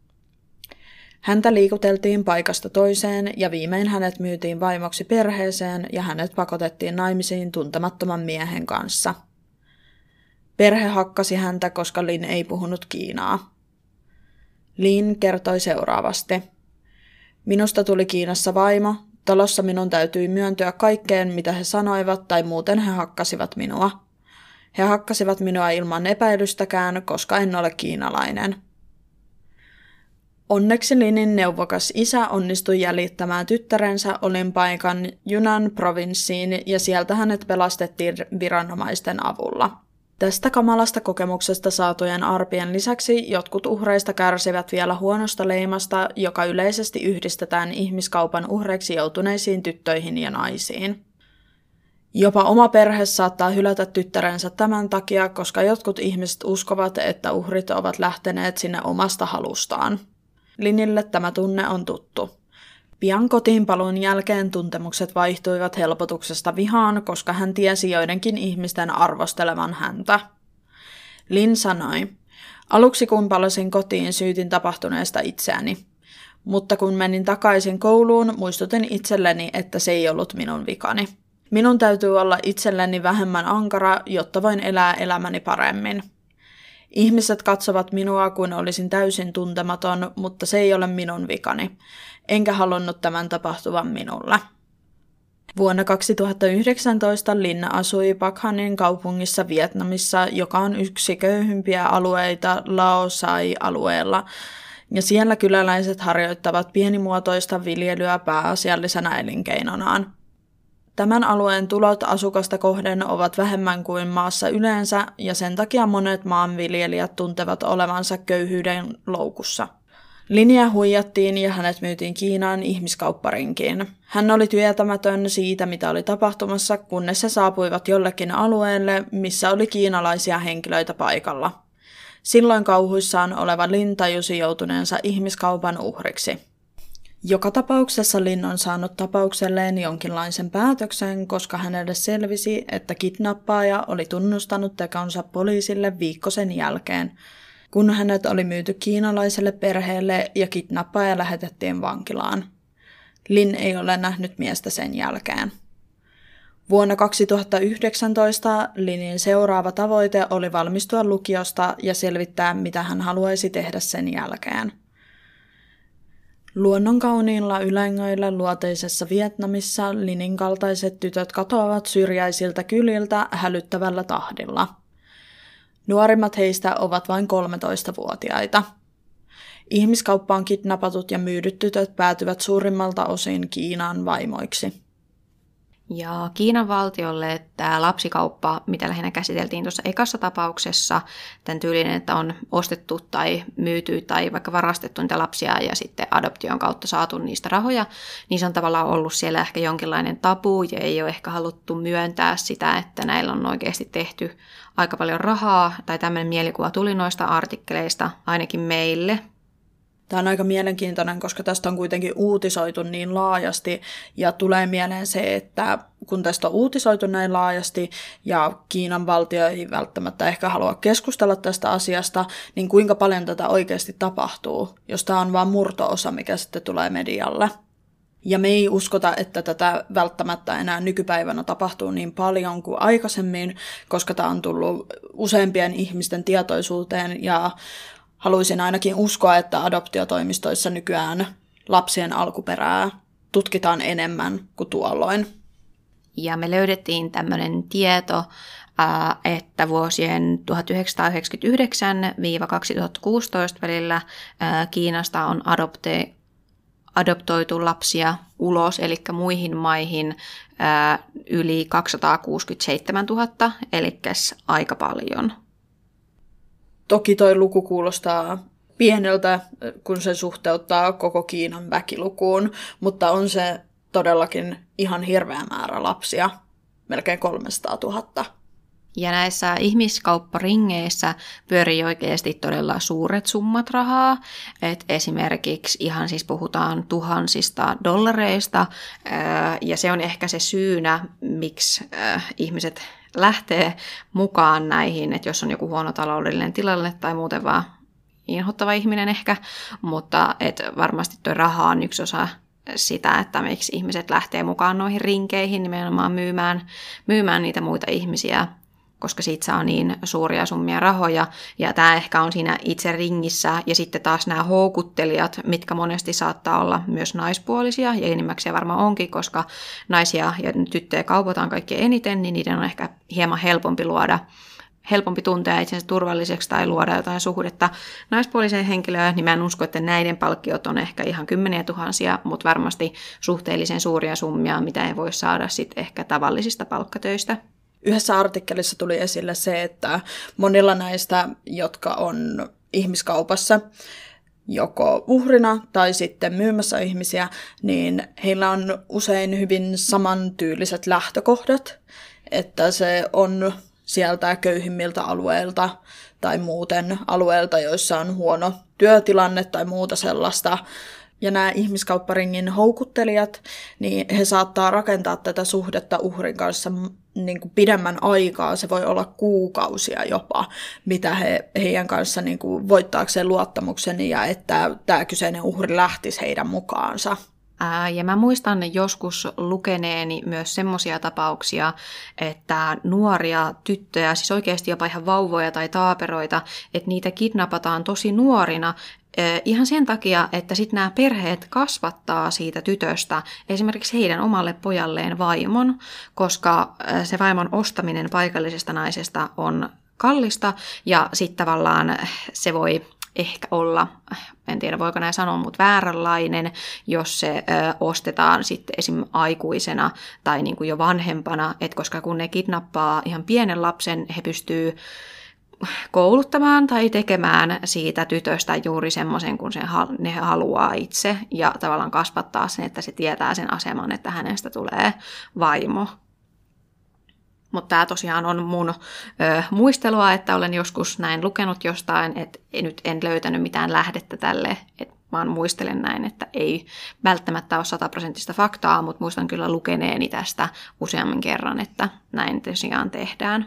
Häntä liikuteltiin paikasta toiseen ja viimein hänet myytiin vaimoksi perheeseen ja hänet pakotettiin naimisiin tuntemattoman miehen kanssa. Perhe hakkasi häntä, koska Lin ei puhunut kiinaa. Lin kertoi seuraavasti. Minusta tuli Kiinassa vaimo. Talossa minun täytyi myöntyä kaikkeen, mitä he sanoivat, tai muuten he hakkasivat minua. He hakkasivat minua ilman epäilystäkään, koska en ole kiinalainen. Onneksi Linin neuvokas isä onnistui jäljittämään tyttärensä olinpaikan Yunnan provinssiin ja sieltä hänet pelastettiin viranomaisten avulla. Tästä kamalasta kokemuksesta saatujen arpien lisäksi jotkut uhreista kärsivät vielä huonosta leimasta, joka yleisesti yhdistetään ihmiskaupan uhreiksi joutuneisiin tyttöihin ja naisiin. Jopa oma perhe saattaa hylätä tyttärensä tämän takia, koska jotkut ihmiset uskovat, että uhrit ovat lähteneet sinne omasta halustaan. Linille tämä tunne on tuttu. Pian kotiinpaluun jälkeen tuntemukset vaihtuivat helpotuksesta vihaan, koska hän tiesi joidenkin ihmisten arvostelevan häntä. Lin sanoi, aluksi kun palasin kotiin syytin tapahtuneesta itseäni, mutta kun menin takaisin kouluun, muistutin itselleni, että se ei ollut minun vikani. Minun täytyy olla itselleni vähemmän ankara, jotta voin elää elämäni paremmin. Ihmiset katsovat minua kuin olisin täysin tuntematon, mutta se ei ole minun vikani. Enkä halunnut tämän tapahtuvan minulle. Vuonna kaksituhattayhdeksäntoista Lin asui Bac Hanin kaupungissa Vietnamissa, joka on yksi köyhimpiä alueita Lao Sai-alueella, ja siellä kyläläiset harjoittavat pienimuotoista viljelyä pääasiallisena elinkeinonaan. Tämän alueen tulot asukasta kohden ovat vähemmän kuin maassa yleensä, ja sen takia monet maanviljelijät tuntevat olevansa köyhyyden loukussa. Linia huijattiin ja hänet myytiin Kiinaan ihmiskaupparinkiin. Hän oli tietämätön siitä, mitä oli tapahtumassa, kunnes he saapuivat jollekin alueelle, missä oli kiinalaisia henkilöitä paikalla. Silloin kauhuissaan oleva Lin tajusi joutuneensa ihmiskaupan uhriksi. Joka tapauksessa Lin on saanut tapaukselleen jonkinlaisen päätöksen, koska hänelle selvisi, että kidnappaaja oli tunnustanut tekonsa poliisille viikko sen jälkeen, kun hänet oli myyty kiinalaiselle perheelle ja kidnappaaja lähetettiin vankilaan. Lin ei ole nähnyt miestä sen jälkeen. Vuonna kaksituhattayhdeksäntoista Linin seuraava tavoite oli valmistua lukiosta ja selvittää, mitä hän haluaisi tehdä sen jälkeen. Luonnonkauniilla ylängöillä luoteisessa Vietnamissa Linin kaltaiset tytöt katoavat syrjäisiltä kyliltä hälyttävällä tahdilla. Nuorimmat heistä ovat vain kolmetoistavuotiaita. Ihmiskauppaan kidnappatut ja myydyt tytöt päätyvät suurimmalta osin Kiinaan vaimoiksi. Ja Kiinan valtiolle tämä lapsikauppa, mitä lähinnä käsiteltiin tuossa ekassa tapauksessa, tämän tyylinen, että on ostettu tai myyty tai vaikka varastettu niitä lapsia ja sitten adoption kautta saatu niistä rahoja, niin se on tavallaan ollut siellä ehkä jonkinlainen tabu ja ei ole ehkä haluttu myöntää sitä, että näillä on oikeasti tehty aika paljon rahaa tai tämmöinen mielikuva tuli noista artikkeleista ainakin meille. Tämä on aika mielenkiintoinen, koska tästä on kuitenkin uutisoitu niin laajasti ja tulee mieleen se, että kun tästä on uutisoitu näin laajasti ja Kiinan valtio ei välttämättä ehkä halua keskustella tästä asiasta, niin kuinka paljon tätä oikeasti tapahtuu, jos tämä on vain murto-osa, mikä sitten tulee medialle. Ja me ei uskota, että tätä välttämättä enää nykypäivänä tapahtuu niin paljon kuin aikaisemmin, koska tämä on tullut useampien ihmisten tietoisuuteen ja haluaisin ainakin uskoa, että adoptiotoimistoissa nykyään lapsien alkuperää tutkitaan enemmän kuin tuolloin. Ja me löydettiin tämmöinen tieto, että vuosien tuhatyhdeksänsataayhdeksänkymmentäyhdeksän kaksituhattakuusitoista välillä Kiinasta on adopte, adoptoitu lapsia ulos, eli muihin maihin yli kaksisataakuusikymmentäseitsemäntuhatta, eli aika paljon. Toki toi luku kuulostaa pieneltä, kun se suhteuttaa koko Kiinan väkilukuun, mutta on se todellakin ihan hirveä määrä lapsia, melkein kolmesataatuhatta. Ja näissä ihmiskaupparingeissä pyörii oikeasti todella suuret summat rahaa. Et esimerkiksi ihan siis puhutaan tuhansista dollareista, ja se on ehkä se syynä, miksi ihmiset lähtee mukaan näihin, että jos on joku huono taloudellinen tilanne tai muuten vaan inhottava ihminen ehkä, mutta et varmasti tuo raha on yksi osa sitä, että miksi ihmiset lähtee mukaan noihin rinkeihin nimenomaan myymään, myymään niitä muita ihmisiä, koska siitä saa niin suuria summia rahoja, ja tämä ehkä on siinä itse ringissä, ja sitten taas nämä houkuttelijat, mitkä monesti saattaa olla myös naispuolisia, ja enimmäkseen varmaan onkin, koska naisia ja tyttöjä kaupataan kaikkein eniten, niin niiden on ehkä hieman helpompi luoda, helpompi tuntea itsensä turvalliseksi tai luoda jotain suhdetta naispuoliseen henkilöön, niin mä en usko, että näiden palkkiot on ehkä ihan kymmeniä tuhansia, mutta varmasti suhteellisen suuria summia, mitä ei voi saada sitten ehkä tavallisista palkkatöistä. Yhdessä artikkelissa tuli esille se, että monilla näistä, jotka on ihmiskaupassa, joko uhrina tai sitten myymässä ihmisiä, niin heillä on usein hyvin samantyyliset lähtökohdat, että se on sieltä köyhimmiltä alueilta tai muuten alueilta, joissa on huono työtilanne tai muuta sellaista. Ja nämä ihmiskaupparingin houkuttelijat, niin he saattaa rakentaa tätä suhdetta uhrin kanssa niin kuin pidemmän aikaa. Se voi olla kuukausia jopa, mitä he heidän kanssa niin kuin voittaakseen luottamuksen ja että tämä kyseinen uhri lähtisi heidän mukaansa. Ää, ja mä muistan joskus lukeneeni myös semmoisia tapauksia, että nuoria tyttöjä, siis oikeasti jopa ihan vauvoja tai taaperoita, että niitä kidnapataan tosi nuorina, ihan sen takia, että sitten nämä perheet kasvattaa siitä tytöstä esimerkiksi heidän omalle pojalleen vaimon, koska se vaimon ostaminen paikallisesta naisesta on kallista ja sitten tavallaan se voi ehkä olla, en tiedä voiko näin sanoa, mutta vääränlainen, jos se ö, ostetaan sitten esim. Aikuisena tai niin kuin jo vanhempana, et koska kun ne kidnappaa ihan pienen lapsen, he pystyy kouluttamaan tai tekemään siitä tytöstä juuri semmoisen, kun se ne haluaa itse ja tavallaan kasvattaa sen, että se tietää sen aseman, että hänestä tulee vaimo. Mutta tämä tosiaan on mun ö, muistelua, että olen joskus näin lukenut jostain, että nyt en löytänyt mitään lähdettä tälle, että vaan muistelen näin, että ei välttämättä ole sataprosenttista faktaa, mutta muistan kyllä lukeneeni tästä useammin kerran, että näin tosiaan tehdään.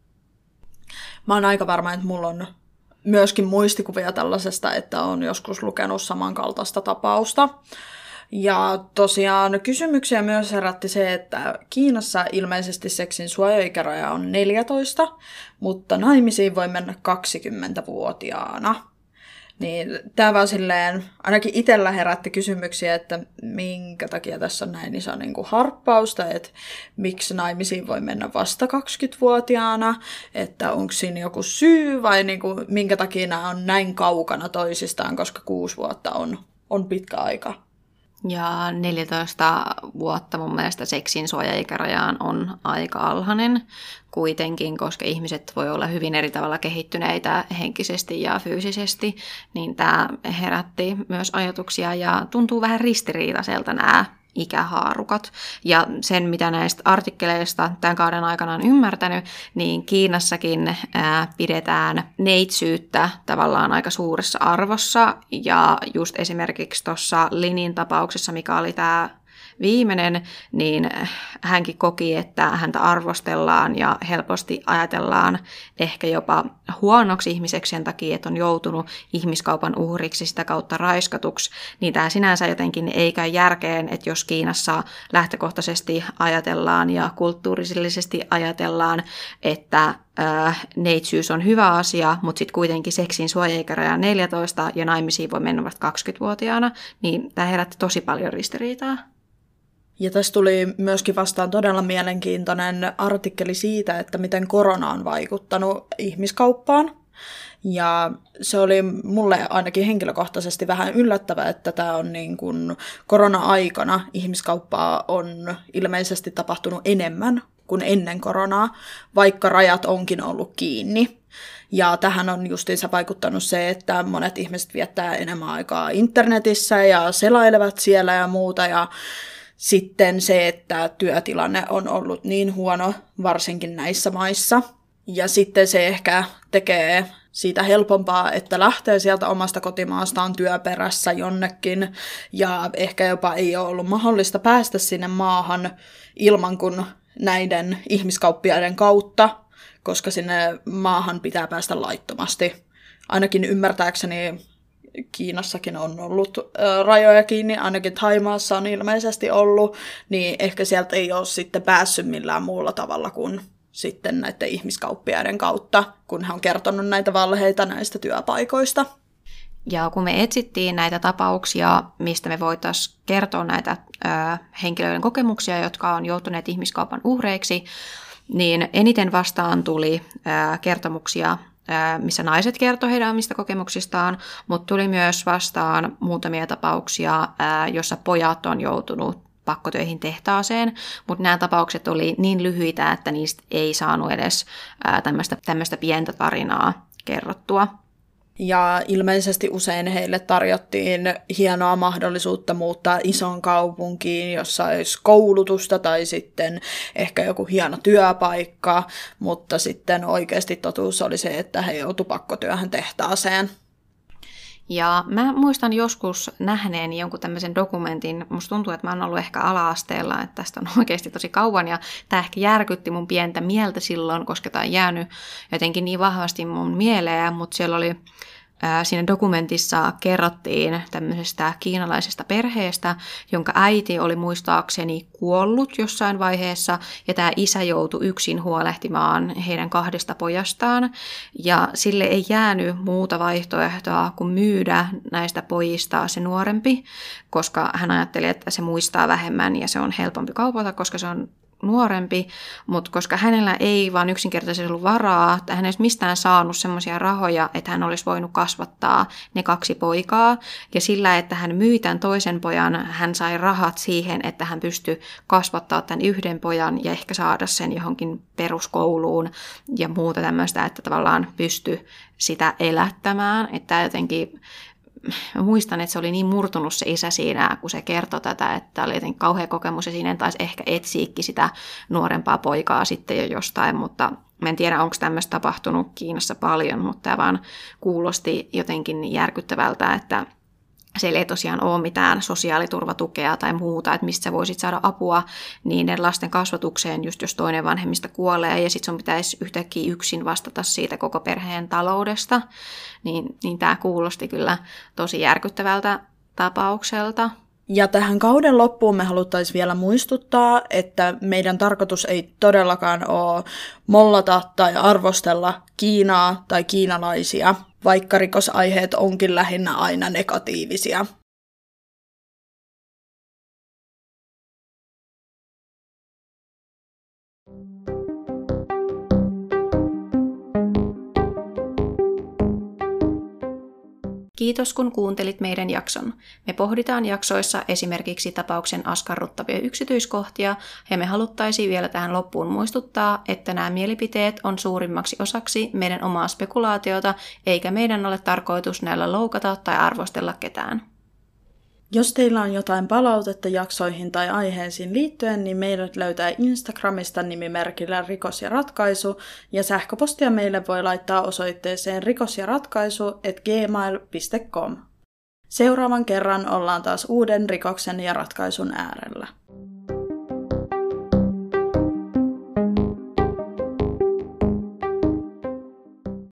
Mä oon aika varma, että mulla on myöskin muistikuvia tällaisesta, että on joskus lukenut samankaltaista tapausta. Ja tosiaan kysymyksiä myös herätti se, että Kiinassa ilmeisesti seksin suoja-ikäraja on neljätoista, mutta naimisiin voi mennä kaksikymmentävuotiaana. Niin tämä vaan silleen, ainakin itsellä herätti kysymyksiä, että minkä takia tässä on näin iso niin kuin harppausta, että miksi naimisiin voi mennä vasta kaksikymmentävuotiaana, että onko siinä joku syy vai niin kuin, minkä takia nämä on näin kaukana toisistaan, koska kuusi vuotta on, on pitkä aika. Ja neljätoista vuotta mun mielestä seksin suoja-ikärajaan on aika alhainen kuitenkin, koska ihmiset voi olla hyvin eri tavalla kehittyneitä henkisesti ja fyysisesti, niin tämä herätti myös ajatuksia ja tuntuu vähän ristiriitaiselta nämä ikähaarukat. Ja sen, mitä näistä artikkeleista tämän kauden aikana on ymmärtänyt, niin Kiinassakin ää, pidetään neitsyyttä tavallaan aika suuressa arvossa. Ja just esimerkiksi tuossa Linin tapauksessa, mikä oli tämä viimeinen, niin hänkin koki, että häntä arvostellaan ja helposti ajatellaan ehkä jopa huonoksi ihmiseksi sen takia, että on joutunut ihmiskaupan uhriksi sitä kautta raiskatuksi, niin tämä sinänsä jotenkin ei käy järkeen, että jos Kiinassa lähtökohtaisesti ajatellaan ja kulttuurillisesti ajatellaan, että äh, neitsyys on hyvä asia, mutta sitten kuitenkin seksin suoja-ikäraja on neljätoista ja naimisiin voi mennä vasta kaksikymmentävuotiaana, niin tämä herätti tosi paljon ristiriitaa. Ja tässä tuli myöskin vastaan todella mielenkiintoinen artikkeli siitä, että miten korona on vaikuttanut ihmiskauppaan. Ja se oli mulle ainakin henkilökohtaisesti vähän yllättävää, että tämä on niin kuin korona-aikana ihmiskauppaa on ilmeisesti tapahtunut enemmän kuin ennen koronaa, vaikka rajat onkin ollut kiinni. Ja tähän on justiinsa vaikuttanut se, että monet ihmiset viettää enemmän aikaa internetissä ja selailevat siellä ja muuta. Ja sitten se, että työtilanne on ollut niin huono, varsinkin näissä maissa. Ja sitten se ehkä tekee siitä helpompaa, että lähtee sieltä omasta kotimaastaan työperässä jonnekin. Ja ehkä jopa ei ole ollut mahdollista päästä sinne maahan ilman kuin näiden ihmiskauppiaiden kautta, koska sinne maahan pitää päästä laittomasti. Ainakin ymmärtääkseni Kiinassakin on ollut ä, rajoja kiinni, ainakin Thaimaassa on ilmeisesti ollut, niin ehkä sieltä ei ole sitten päässyt millään muulla tavalla kuin sitten näiden ihmiskauppiaiden kautta, kun he on kertonut näitä valheita näistä työpaikoista. Ja kun me etsittiin näitä tapauksia, mistä me voitaisiin kertoa näitä ö, henkilöiden kokemuksia, jotka on joutuneet ihmiskaupan uhreiksi, niin eniten vastaan tuli ö, kertomuksia, ö, missä naiset kertoi heidän omista kokemuksistaan, mutta tuli myös vastaan muutamia tapauksia, ö, jossa pojat on joutunut pakkotöihin tehtaaseen, mutta nämä tapaukset oli niin lyhyitä, että niistä ei saanut edes tämmöistä, tämmöistä pientä tarinaa kerrottua. Ja ilmeisesti usein heille tarjottiin hienoa mahdollisuutta muuttaa isoon kaupunkiin, jossa olisi koulutusta tai sitten ehkä joku hieno työpaikka, mutta sitten oikeasti totuus oli se, että he joutuivat pakkotyöhön tehtaaseen. Ja mä muistan joskus nähneeni jonkun tämmöisen dokumentin, musta tuntuu, että mä oon ollut ehkä ala-asteella, että tästä on oikeasti tosi kauan, ja tämä ehkä järkytti mun pientä mieltä silloin, koska tämä on jäänyt jotenkin niin vahvasti mun mieleen, mutta siellä oli ää, siinä dokumentissa kerrottiin tämmöisestä kiinalaisesta perheestä, jonka äiti oli muistaakseni kuollut jossain vaiheessa, ja tämä isä joutui yksin huolehtimaan heidän kahdesta pojastaan, ja sille ei jäänyt muuta vaihtoehtoa kuin myydä näistä pojista se nuorempi, koska hän ajatteli, että se muistaa vähemmän ja se on helpompi kaupata, koska se on nuorempi, mutta koska hänellä ei vaan yksinkertaisesti ollut varaa, että hän ei mistään saanut semmoisia rahoja, että hän olisi voinut kasvattaa ne kaksi poikaa, ja sillä, että hän myi tämän toisen pojan, hän sai rahat siihen, että hän pystyi kasvattaa tämän yhden pojan ja ehkä saada sen johonkin peruskouluun ja muuta tämmöistä, että tavallaan pystyi sitä elättämään, että jotenkin mä muistan, että se oli niin murtunut se isä siinä, kun se kertoi tätä, että oli jotenkin kauhea kokemus ja siinä taisi ehkä etsiikin sitä nuorempaa poikaa sitten jo jostain, mutta mä en tiedä, onko tämmöistä tapahtunut Kiinassa paljon, mutta tämä vaan kuulosti jotenkin järkyttävältä, että siellä ei tosiaan ole mitään sosiaaliturvatukea tai muuta, että mistä sä voisit saada apua niiden lasten kasvatukseen, just jos toinen vanhemmista kuolee ja sitten sun pitäisi yhtäkkiä yksin vastata siitä koko perheen taloudesta, niin, niin tämä kuulosti kyllä tosi järkyttävältä tapaukselta. Ja tähän kauden loppuun me haluttaisiin vielä muistuttaa, että meidän tarkoitus ei todellakaan ole mollata tai arvostella Kiinaa tai kiinalaisia, vaikka rikosaiheet onkin lähinnä aina negatiivisia. Kiitos kun kuuntelit meidän jakson. Me pohditaan jaksoissa esimerkiksi tapauksen askarruttavia yksityiskohtia ja me haluttaisiin vielä tähän loppuun muistuttaa, että nämä mielipiteet on suurimmaksi osaksi meidän omaa spekulaatiota eikä meidän ole tarkoitus näillä loukata tai arvostella ketään. Jos teillä on jotain palautetta jaksoihin tai aiheisiin liittyen, niin meidät löytää Instagramista nimimerkillä Rikos ja Ratkaisu, ja sähköpostia meille voi laittaa osoitteeseen rikosjaratkaisu at gmail piste com. Seuraavan kerran ollaan taas uuden rikoksen ja ratkaisun äärellä.